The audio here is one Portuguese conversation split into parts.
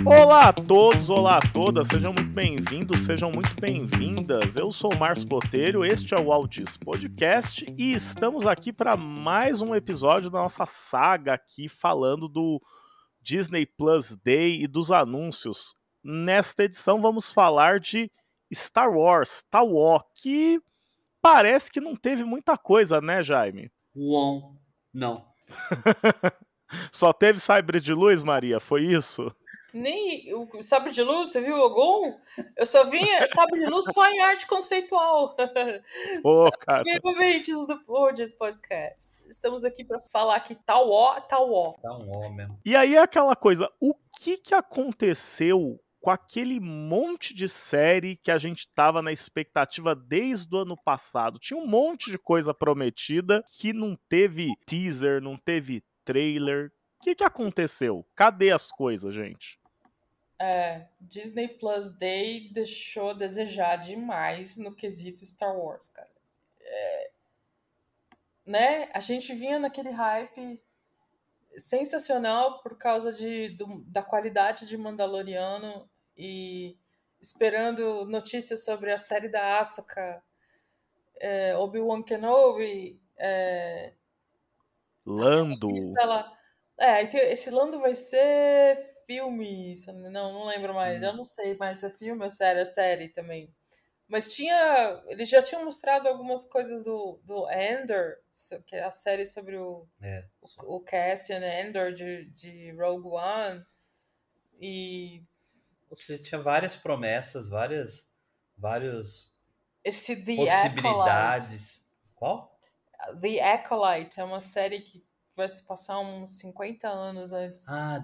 Olá a todos, olá a todas, sejam muito bem-vindos, sejam muito bem-vindas. Eu sou o Márcio Botelho, este é o Aldis Podcast e estamos aqui para mais um episódio da nossa saga aqui falando do Disney Plus Day e dos anúncios. Nesta edição vamos falar de Star Wars, que parece que não teve muita coisa, né, Jaime? Não. Só teve Sabre de Luz, Maria, foi isso? Nem o Sabre de Luz, você viu o Ogum? Eu só vi Sabre de Luz só em arte conceitual. Pô, cara. Ouvintes do Podis Podcast. Estamos aqui para falar que tal ó. Tá um ó mesmo. E aí é aquela coisa, o que aconteceu com aquele monte de série que a gente tava na expectativa desde o ano passado? Tinha um monte de coisa prometida que não teve teaser, não teve trailer. O que aconteceu? Cadê as coisas, gente? Disney Plus Day deixou a desejar demais no quesito Star Wars, cara. Né? A gente vinha naquele hype sensacional por causa da qualidade de Mandaloriano e esperando notícias sobre a série da Ahsoka, Obi-Wan Kenobi, Lando. Esse Lando vai ser filme, não lembro mais, já não sei mais se é filme ou série também. Mas eles já tinham mostrado algumas coisas do Andor, que é a série sobre o Cassian Andor de Rogue One. E você tinha várias promessas, várias esse The possibilidades. Acolyte. Qual? The Acolyte é uma série que vai se passar uns 50 anos antes.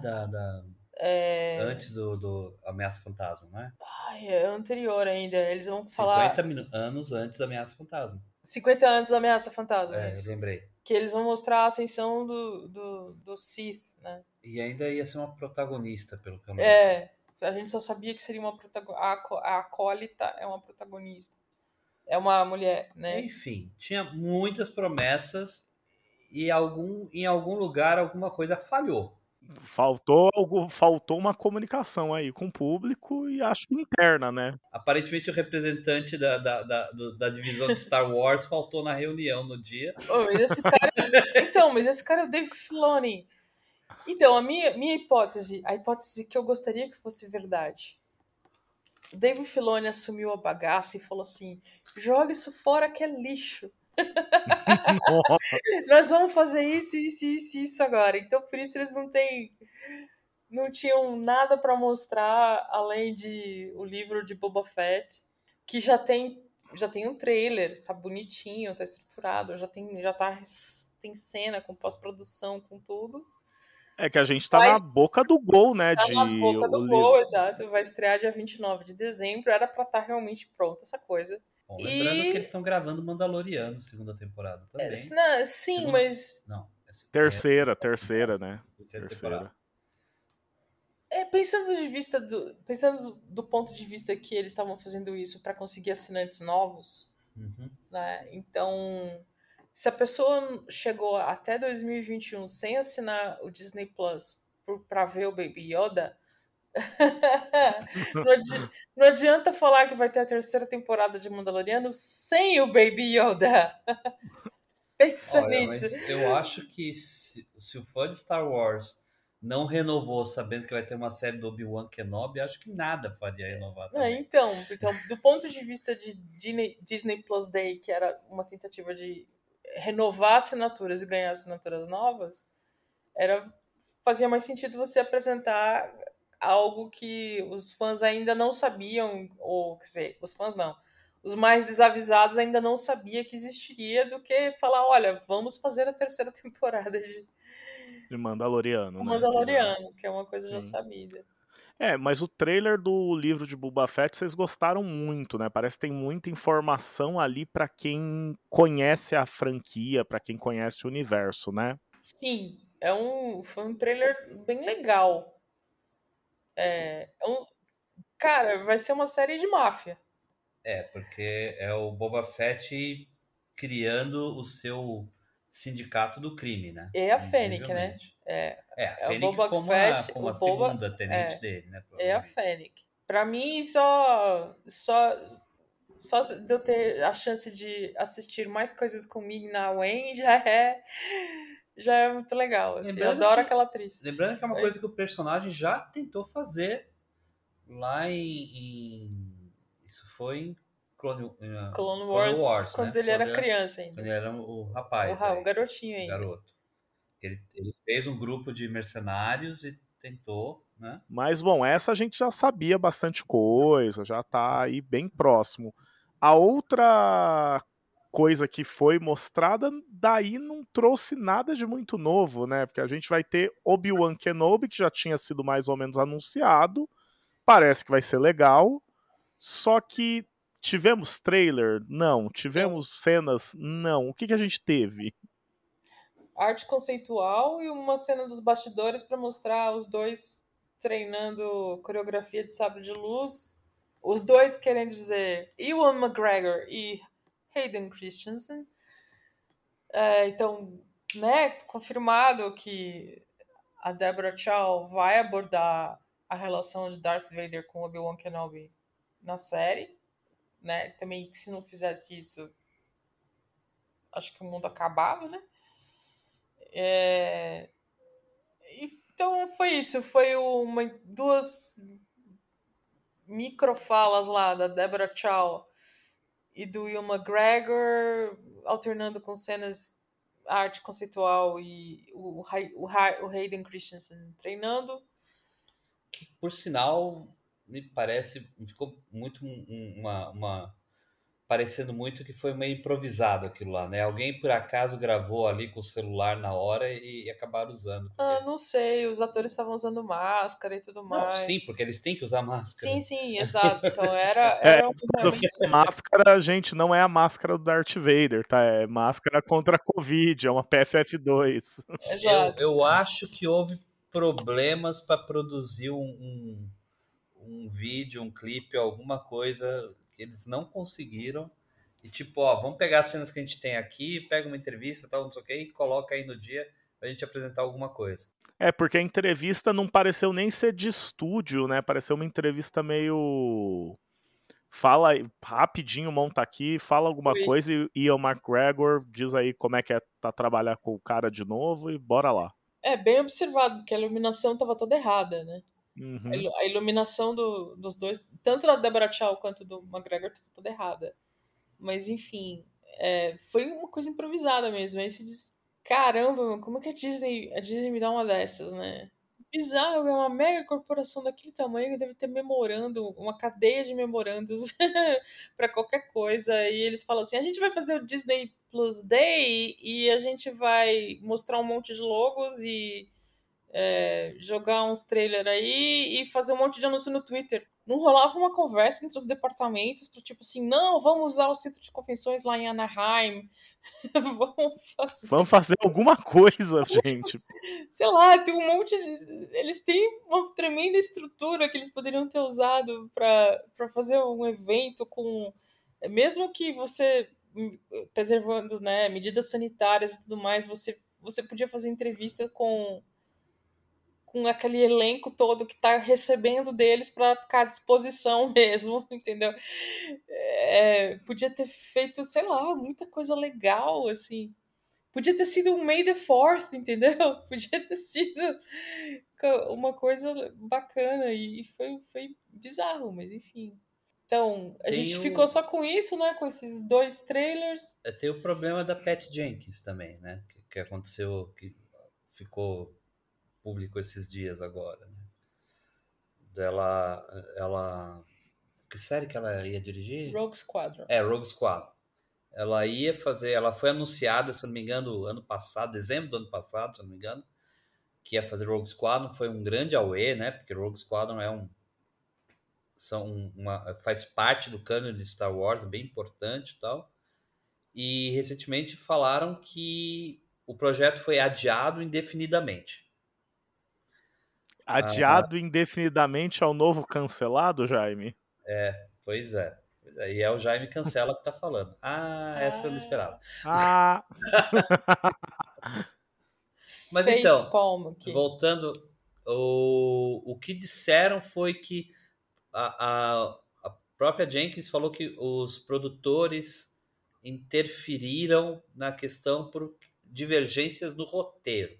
Antes do Ameaça Fantasma, não é? É anterior ainda. Eles vão falar 50 anos antes da Ameaça Fantasma. 50 anos da Ameaça Fantasma. Eu lembrei. Que eles vão mostrar a ascensão do Sith, né? E ainda ia ser uma protagonista, pelo que eu lembro. A gente só sabia que seria uma protagonista. A acólita é uma protagonista. É uma mulher, né? Enfim, tinha muitas promessas e em algum lugar alguma coisa falhou. Faltou uma comunicação aí com o público e acho que interna, né? Aparentemente o representante da divisão de Star Wars faltou na reunião no dia. Mas esse cara é o Dave Filoni. Então, a minha hipótese, a hipótese que eu gostaria que fosse verdade. O Dave Filoni assumiu a bagaça e falou assim: joga isso fora que é lixo. Nós vamos fazer isso agora. Então, por isso eles não tinham nada para mostrar além de o livro de Boba Fett, que já tem um trailer, tá bonitinho, tá estruturado, tem cena com pós-produção, com tudo. É que a gente tá na boca do gol, né? Tá na boca do gol, exato. Vai estrear dia 29 de dezembro. Era pra estar realmente pronta essa coisa. Bom, lembrando que eles estão gravando Mandaloriano, segunda temporada também. Mas... Não. Terceira, né? Terceira. Pensando do ponto de vista que eles estavam fazendo isso para conseguir assinantes novos, né? Então, se a pessoa chegou até 2021 sem assinar o Disney Plus para ver o Baby Yoda, não adianta falar que vai ter a terceira temporada de Mandaloriano sem o Baby Yoda. Pensa nisso. Mas eu acho que se o fã de Star Wars não renovou sabendo que vai ter uma série do Obi-Wan Kenobi, acho que nada faria renovar também. Então, do ponto de vista de Disney Plus Day, que era uma tentativa de renovar assinaturas e ganhar assinaturas novas, fazia mais sentido você apresentar algo que os fãs ainda não sabiam, ou quer dizer, os fãs não, os mais desavisados ainda não sabiam que existiria, do que falar, olha, vamos fazer a terceira temporada de Mandaloriano, né? Mandaloriano, que é uma coisa já sabida. Mas o trailer do livro de Boba Fett vocês gostaram muito, né? Parece que tem muita informação ali pra quem conhece a franquia, pra quem conhece o universo, né? Sim, foi um trailer bem legal. Cara, vai ser uma série de máfia. Porque é o Boba Fett criando o seu sindicato do crime, né? E a Fennec, né? Visivelmente. A A Fennec Boba como Fett, a o Boba, segunda tenente dele, né? é a Provavelmente. Fennec. Pra mim, só de eu ter a chance de assistir mais coisas com Ming-Na Wen já é muito legal. Assim. Eu adoro aquela atriz. Lembrando que é uma coisa que o personagem já tentou fazer lá isso foi em Clone Wars, quando né? ele era criança ainda. Quando ele era o rapaz. O garotinho ainda. Garoto. Ele fez um grupo de mercenários e tentou, né? Mas, bom, essa a gente já sabia bastante coisa, já tá aí bem próximo. A outra coisa que foi mostrada, daí não trouxe nada de muito novo, né? Porque a gente vai ter Obi-Wan Kenobi, que já tinha sido mais ou menos anunciado. Parece que vai ser legal. Só que tivemos trailer? Não. Tivemos cenas? Não. O que a gente teve? Arte conceitual e uma cena dos bastidores para mostrar os dois treinando coreografia de sabre de luz. Os dois querendo dizer Ewan McGregor e Hayden Christensen. Então, né, confirmado que a Deborah Chow vai abordar a relação de Darth Vader com Obi-Wan Kenobi na série, né? Também, se não fizesse isso, acho que o mundo acabava, né? Então foi isso, foi duas microfalas lá da Deborah Chow e do Ewan McGregor, alternando com cenas arte conceitual e o Hayden Christensen treinando. Que, por sinal, me parece, ficou muito parecendo muito que foi meio improvisado aquilo lá, né? Alguém por acaso gravou ali com o celular na hora e acabaram usando. Não sei, os atores estavam usando máscara e tudo mais. Não, sim, porque eles têm que usar máscara. Sim, exato. Então era máscara, gente, não é a máscara do Darth Vader, tá? É máscara contra a Covid, é uma PFF2. Exato. Eu acho que houve problemas para produzir um vídeo, um clipe, alguma coisa que eles não conseguiram. E tipo, vamos pegar as cenas que a gente tem aqui, pega uma entrevista, tal, não sei o que, e coloca aí no dia pra gente apresentar alguma coisa. Porque a entrevista não pareceu nem ser de estúdio, né? Pareceu uma entrevista meio... Fala rapidinho, monta aqui, fala alguma coisa e Ian McGregor diz aí como é que tá trabalhar com o cara de novo e bora lá. Bem observado, porque a iluminação tava toda errada, né? Uhum. A iluminação dos dois, tanto da Deborah Chow quanto do McGregor, tava toda errada. Mas enfim, foi uma coisa improvisada mesmo. Aí você diz, caramba, como é que a Disney me dá uma dessas, né? Bizarro, é uma mega corporação daquele tamanho que deve ter memorando, uma cadeia de memorandos para qualquer coisa. E eles falam assim: a gente vai fazer o Disney Plus Day e a gente vai mostrar um monte de logos e jogar uns trailers aí e fazer um monte de anúncio no Twitter. Não rolava uma conversa entre os departamentos para tipo assim, não, vamos usar o centro de convenções lá em Anaheim. Vamos fazer alguma coisa, gente. Sei lá, tem um monte de... Eles têm uma tremenda estrutura que eles poderiam ter usado para fazer um evento com... Mesmo que você, preservando, né, medidas sanitárias e tudo mais, você podia fazer entrevista com aquele elenco todo que está recebendo deles para ficar à disposição mesmo, entendeu? Podia ter feito, sei lá, muita coisa legal, assim. Podia ter sido um May the 4th, entendeu? Podia ter sido uma coisa bacana e foi bizarro, mas enfim. Então, a gente ficou só com isso, né? Com esses dois trailers. Tem o problema da Patty Jenkins também, né? Que aconteceu, que ficou público esses dias agora, né? Que série que ela ia dirigir? Rogue Squadron. Rogue Squadron. Ela foi anunciada, se não me engano, ano passado, dezembro do ano passado, se não me engano, que ia fazer Rogue Squadron. Foi um grande auê, né? Porque Rogue Squadron faz parte do cânone de Star Wars, bem importante e tal. E recentemente falaram que o projeto foi adiado indefinidamente. Adiado indefinidamente ao novo cancelado, Jaime? Pois é. E é o Jaime Cancela que tá falando. Essa eu não esperava. Ah, Mas então, Facepalm aqui. voltando, o que disseram foi que a própria Jenkins falou que os produtores interferiram na questão por divergências no roteiro.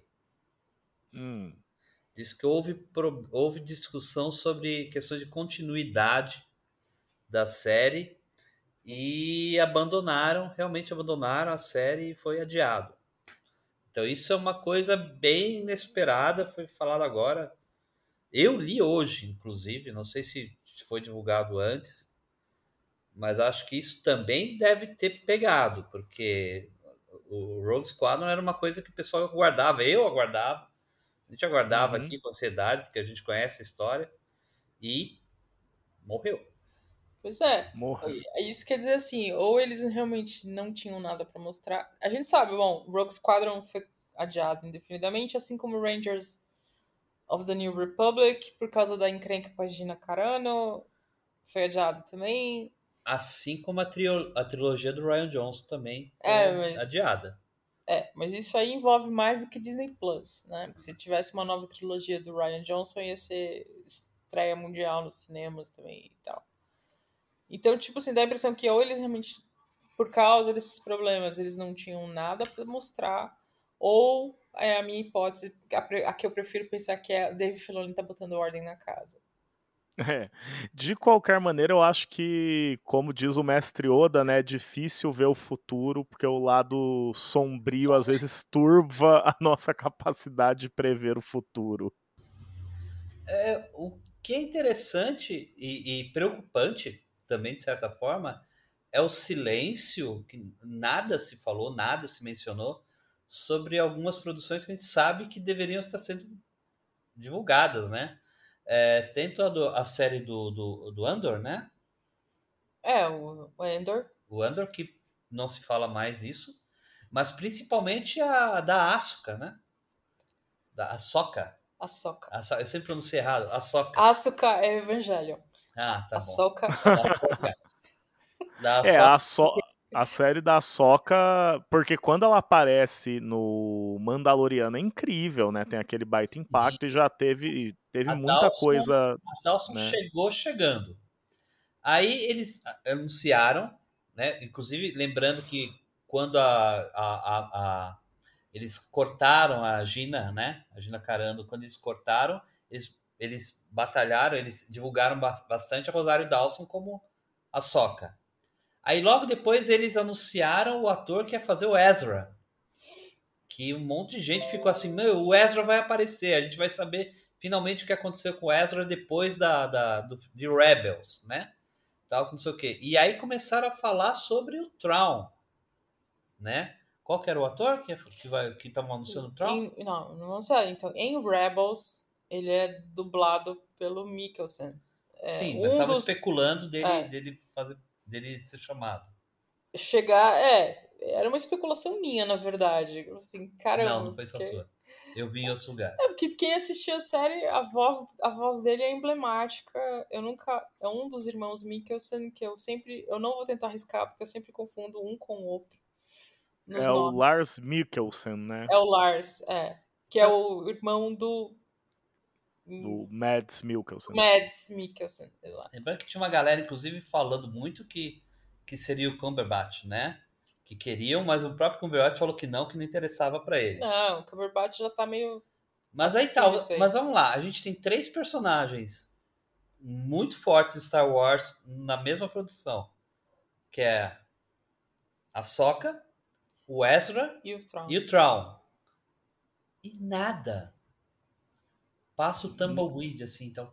Diz que houve discussão sobre questões de continuidade da série e realmente abandonaram a série e foi adiado. Então isso é uma coisa bem inesperada, foi falado agora. Eu li hoje, inclusive, não sei se foi divulgado antes, mas acho que isso também deve ter pegado, porque o Rogue Squadron era uma coisa que o pessoal aguardava, eu aguardava, a gente aguardava aqui com ansiedade, porque a gente conhece a história, e morreu. Pois é. morreu. Isso quer dizer assim, ou eles realmente não tinham nada pra mostrar. A gente sabe, bom, Rogue Squadron foi adiado indefinidamente, assim como Rangers of the New Republic, por causa da encrenca com a Gina Carano, foi adiado também. Assim como a trilogia do Ryan Johnson também foi adiada. Mas isso aí envolve mais do que Disney Plus, né? Se tivesse uma nova trilogia do Ryan Johnson, ia ser estreia mundial nos cinemas também e tal. Então, tipo assim, dá a impressão que ou eles realmente, por causa desses problemas, eles não tinham nada pra mostrar, ou é a minha hipótese, a que eu prefiro pensar que é Dave Filoni tá botando ordem na casa. De qualquer maneira, eu acho que, como diz o mestre Oda, né, é difícil ver o futuro, porque o lado sombrio às vezes turva a nossa capacidade de prever o futuro. O que é interessante e preocupante também, de certa forma, é o silêncio, que nada se falou, nada se mencionou sobre algumas produções que a gente sabe que deveriam estar sendo divulgadas, né? Tem toda a série do Andor, né? O Endor. O Andor, que não se fala mais disso, mas principalmente a da Asuka, né? Da Ahsoka. Ahsoka. Eu sempre pronunciei errado. Ahsoka. Asuka é Evangelion. Tá bom. Ahsoka Da Ahsoka. A série da Ahsoka, porque quando ela aparece no Mandaloriano é incrível, né? Tem aquele baita impacto e já teve muita coisa. A Dawson né? chegou chegando. Aí eles anunciaram, né? Inclusive, lembrando que quando eles cortaram a Gina, né? A Gina Carano, quando eles cortaram, eles batalharam, eles divulgaram bastante a Rosário Dawson como a Ahsoka. Aí logo depois eles anunciaram o ator que ia fazer o Ezra. Que um monte de gente ficou assim, meu, o Ezra vai aparecer, a gente vai saber finalmente o que aconteceu com o Ezra depois de Rebels, né? Tal, não sei o quê. E aí começaram a falar sobre o Thrawn, né? Qual que era o ator que estava anunciando o Thrawn? Não sei. Então, em Rebels, ele é dublado pelo Mikkelsen. Sim, mas estavam especulando dele ser chamado. Era uma especulação minha, na verdade. Assim, caramba. Não foi só sua. Eu vi em outros lugares. Porque quem assistiu a série, a voz dele é emblemática. É um dos irmãos Mikkelsen que eu não vou tentar arriscar, porque eu sempre confundo um com o outro. É o Lars Mikkelsen, né? É o Lars, que é o irmão do Mads Mikkelsen. Mads Mikkelsen, exato. Lembrando que tinha uma galera, inclusive, falando muito que seria o Cumberbatch, né? Que queriam, mas o próprio Cumberbatch falou que não interessava para ele. Não, o Cumberbatch já tá meio... Mas aí tá, mas vamos lá, a gente tem 3 personagens muito fortes em Star Wars na mesma produção, que é a Ahsoka, o Ezra e o Thrawn. E nada. Passa o Tumbleweed, assim, então...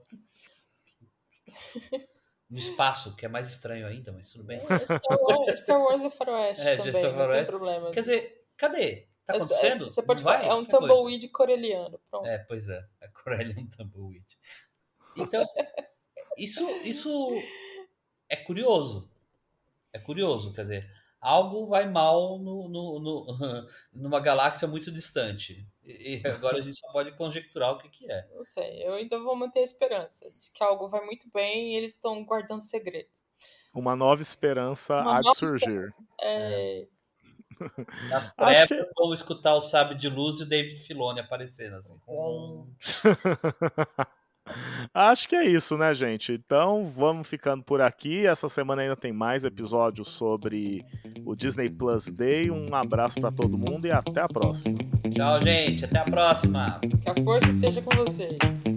No espaço, que é mais estranho ainda, mas tudo bem. Star Wars é faroeste também, não tem problema. Quer dizer, cadê? Tá acontecendo? Você pode falar, é um tumbleweed coreliano. Pronto. Pois é. É Corellian Tumbleweed. Então, isso é curioso. É curioso, quer dizer, algo vai mal numa galáxia muito distante. E agora a gente só pode conjecturar o que é. Não sei, eu ainda vou manter a esperança de que algo vai muito bem e eles estão guardando segredo. Uma nova esperança Uma há de nova surgir. Nas Acho trevas, vamos escutar o Sábio de Luz e o David Filoni aparecendo assim. Acho que é isso, né, gente? Então vamos ficando por aqui. Essa semana ainda tem mais episódios sobre o Disney Plus Day. Um abraço para todo mundo e até a próxima. Tchau, gente. Até a próxima. Que a força esteja com vocês.